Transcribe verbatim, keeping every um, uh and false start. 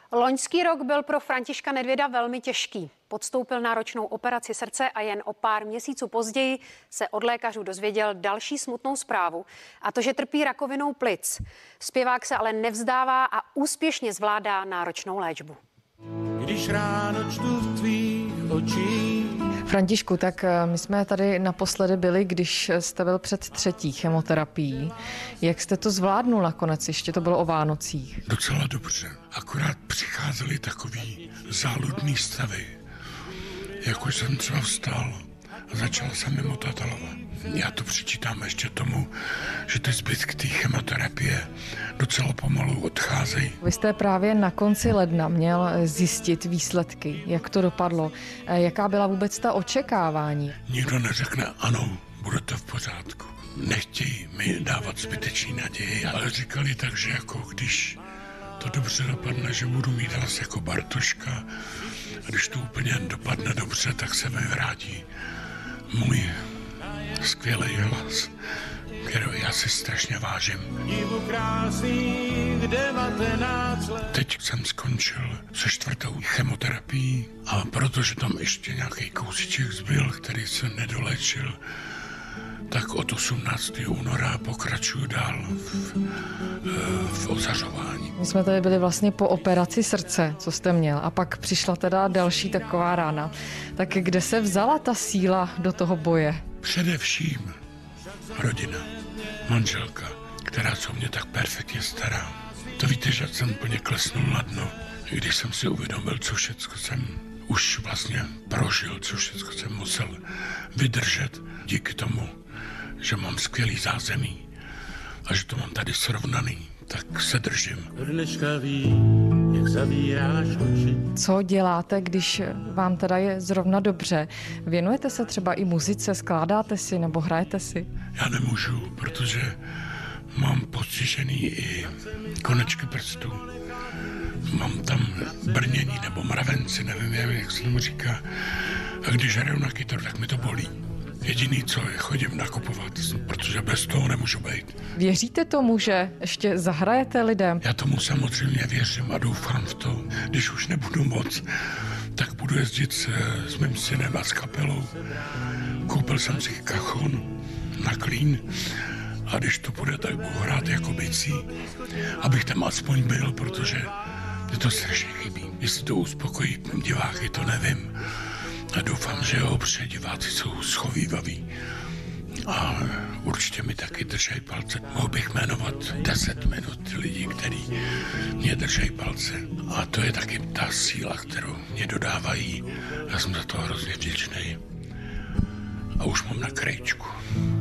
Loňský rok byl pro Františka Nedvěda velmi těžký. Podstoupil náročnou operaci srdce a jen o pár měsíců později se od lékařů dozvěděl další smutnou zprávu, a to, že trpí rakovinou plic. Zpěvák se ale nevzdává a úspěšně zvládá náročnou léčbu. Když ráno čtu v tvých očích. Františku, tak my jsme tady naposledy byli, když jste byl před třetí chemoterapií. Jak jste to zvládnul nakonec? Ještě to bylo o Vánocích. Docela dobře. Akorát přicházely takový záludný stavy. Jako jsem třeba vstal a začal jsem mi motat hlava. Já to přičítám ještě tomu, že ty zbytky té chemoterapie docela pomalu odcházejí. Vy jste právě na konci ledna měl zjistit výsledky. Jak to dopadlo? Jaká byla vůbec ta očekávání? Nikdo neřekne ano, bude to v pořádku. Nechtějí mi dávat zbytečný naději, ale říkali tak, že jako když to dobře dopadne, že budu mít hlas jako Bartoška, a když to úplně dopadne dobře, tak se mi vrátí můj skvělý hlas, který já si strašně vážím. Teď jsem skončil se čtvrtou chemoterapií a protože tam ještě nějaký kousiček zbyl, který se nedolečil, tak od osmnáctého února pokračuju dál v, v ozařování. My jsme tady byli vlastně po operaci srdce, co jste měl, a pak přišla teda další taková rána. Tak kde se vzala ta síla do toho boje? Především rodina, manželka, která se o mě tak perfektně stará. To víte, že jsem úplně klesnul na dno, když jsem si uvědomil, co všecko jsem už vlastně prožil, co všecko jsem musel vydržet díky tomu, že mám skvělý zázemí a že to mám tady srovnaný, tak se držím. Dneška ví, jak zavíráš oči. Co děláte, když vám teda je zrovna dobře? Věnujete se třeba i muzice, skládáte si nebo hrajete si? Já nemůžu, protože mám postižený i konečky prstů. Mám tam brnění nebo mravenci, nevím, jak se tomu říká. A když hraju na kytaru, tak mi to bolí. Jediný, co je, chodím nakupovat, protože bez toho nemůžu být. Věříte tomu, že ještě zahrajete lidem? Já tomu samozřejmě věřím a doufám v to. Když už nebudu moc, tak budu jezdit s, s mým synem a s kapelou. Koupil jsem si kachon na klín a když to bude, tak budu hrát jako bicí, abych tam aspoň byl, protože je to strašně chybí. Jestli to uspokojí diváky, to nevím. A doufám, že jo, protože diváci jsou schovývaví. A určitě mi taky držej palce. Mohl bych jmenovat deset minut lidí, kteří mě držej palce. A to je taky ta síla, kterou mě dodávají. Já jsem za to hrozně vděčný. A už mám na krajičku.